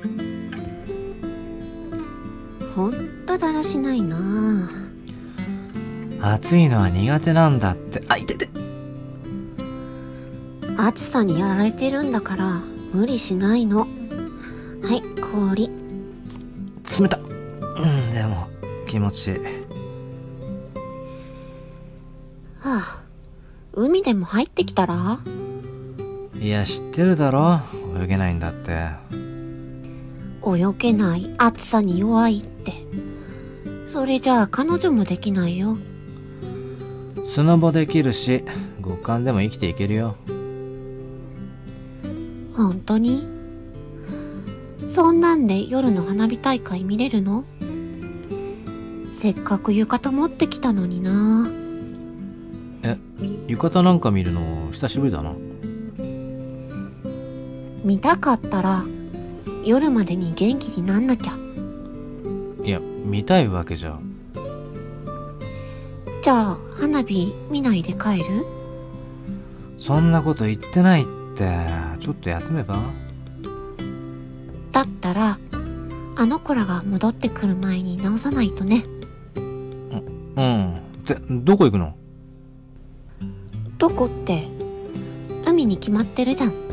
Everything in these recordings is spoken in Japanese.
ほんとだらしないな。 暑いのは苦手なんだって。あ、いてて。 暑さにやられてるんだから無理しないの。はい、氷。 冷た。でも気持ちいい。 海でも入ってきたら？ いや、知ってるだろ、泳げないんだって。 泳げない、暑さに弱いって。それじゃあ彼女もできないよ。 スノボできるし、極寒でも生きていけるよ。 本当に？そんなんで夜の花火大会見れるの？せっかく浴衣持ってきたのにな。 浴衣なんか見るの久しぶりだな。 見たかったら夜までに元気になんなきゃ。 いや、見たいわけじゃ。 じゃあ花火見ないで帰る？ そんなこと言ってないって。ちょっと休めば？ だったらあの子らが戻ってくる前に直さないとね。 ってどこ行くの？ どこって海に決まってるじゃん。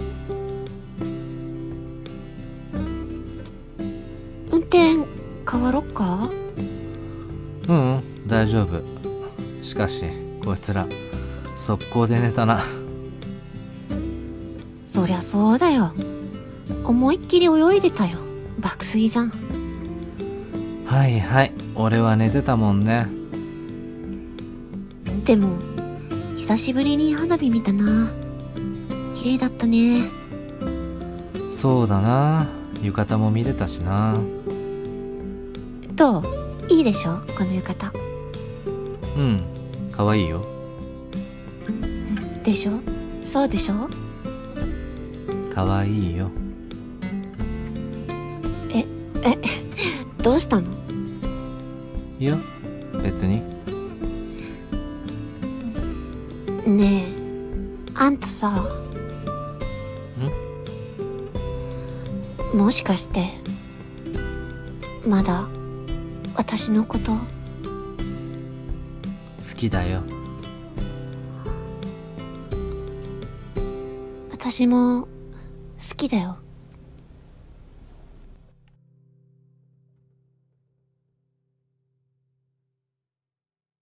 運転変わろっか？ 大丈夫。しかしこいつら速攻で寝たな。 そりゃそうだよ。思いっきり泳いでたよ。爆睡じゃん。 はいはい、俺は寝てたもんね。 でも久しぶりに花火見たな。綺麗だったね。 そうだな、浴衣も見れたしな。 どう？いいでしょこの浴衣。 かわいいよ。 でしょ？そうでしょ？ かわいいよ。 どうしたの？ いや、別に。 ねえ、あんたさ。もしかしてまだ私のこと好きだよ。 私も好きだよ。